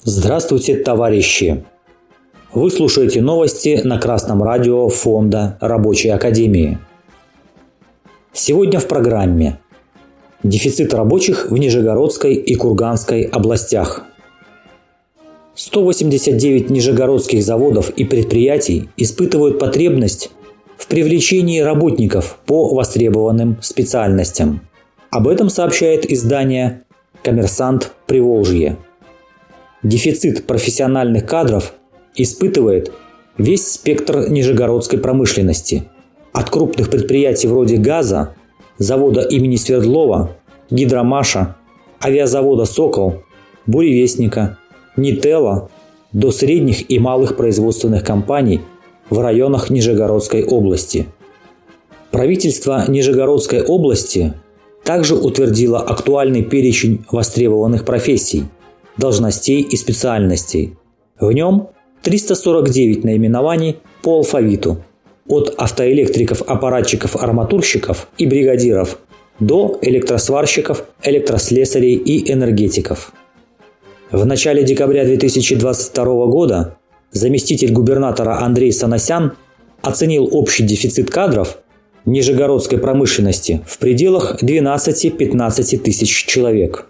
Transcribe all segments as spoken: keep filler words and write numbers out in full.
Здравствуйте, товарищи! Вы слушаете новости на Красном радио Фонда Рабочей Академии. Сегодня в программе: дефицит рабочих в Нижегородской и Курганской областях. сто восемьдесят девять нижегородских заводов и предприятий испытывают потребность в привлечении работников по востребованным специальностям. Об этом сообщает издание «Коммерсант Приволжье». Дефицит профессиональных кадров испытывает весь спектр нижегородской промышленности. От крупных предприятий вроде газа, завода имени Свердлова, Гидромаша, авиазавода «Сокол», буревестника, Нителла до средних и малых производственных компаний в районах Нижегородской области. Правительство Нижегородской области также утвердило актуальный перечень востребованных профессий, должностей и специальностей. В нем триста сорок девять наименований по алфавиту, от автоэлектриков, аппаратчиков, арматурщиков и бригадиров до электросварщиков, электрослесарей и энергетиков. В начале декабря две тысячи двадцать второго года заместитель губернатора Андрей Санасян оценил общий дефицит кадров нижегородской промышленности в пределах двенадцати-пятнадцати тысяч человек.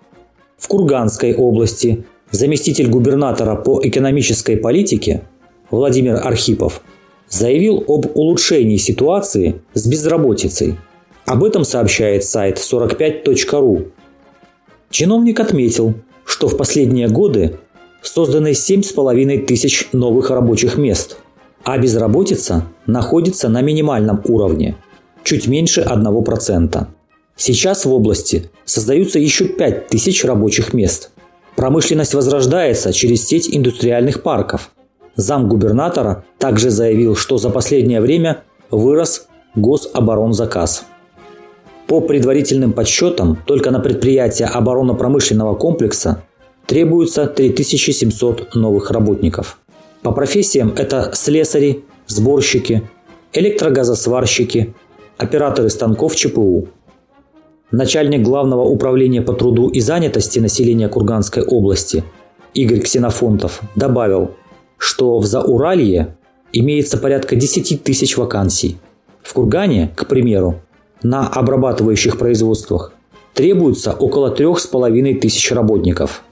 В Курганской области заместитель губернатора по экономической политике Владимир Архипов заявил об улучшении ситуации с безработицей. Об этом сообщает сайт сорок пять точка ру. Чиновник отметил, что в последние годы созданы семь с половиной тысяч новых рабочих мест, а безработица находится на минимальном уровне – чуть меньше одного процента. Сейчас в области создаются еще пять тысяч рабочих мест. Промышленность возрождается через сеть индустриальных парков. Замгубернатора также заявил, что за последнее время вырос гособоронзаказ. По предварительным подсчетам, только на предприятия оборонно-промышленного комплекса требуется три тысячи семьсот новых работников. По профессиям это слесари, сборщики, электрогазосварщики, операторы станков ЧПУ. Начальник Главного управления по труду и занятости населения Курганской области Игорь Ксенофонтов добавил, что в Зауралье имеется порядка десяти тысяч вакансий. В Кургане, к примеру, на обрабатывающих производствах требуется около трех с половиной тысяч работников.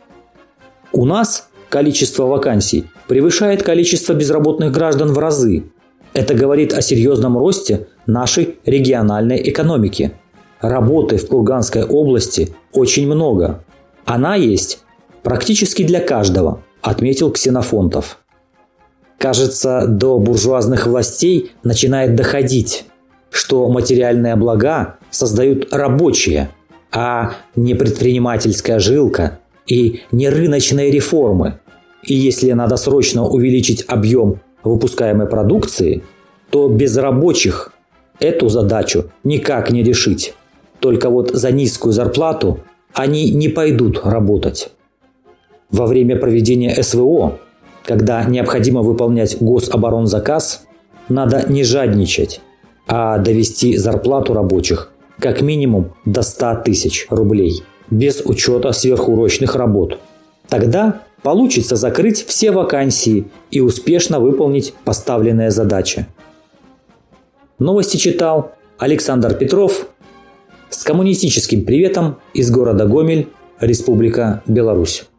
У нас количество вакансий превышает количество безработных граждан в разы. Это говорит о серьезном росте нашей региональной экономики. Работы в Курганской области очень много. Она есть практически для каждого, отметил Ксенофонтов. Кажется, до буржуазных властей начинает доходить, что материальные блага создают рабочие, а не предпринимательская жилка и не рыночные реформы. И если надо срочно увеличить объем выпускаемой продукции, то без рабочих эту задачу никак не решить. Только вот за низкую зарплату они не пойдут работать. Во время проведения эс вэ о, когда необходимо выполнять гособоронзаказ, надо не жадничать, а довести зарплату рабочих как минимум до ста тысяч рублей, без учета сверхурочных работ. Тогда получится закрыть все вакансии и успешно выполнить поставленные задачи. Новости читал Александр Петров. С коммунистическим приветом из города Гомель, Республика Беларусь.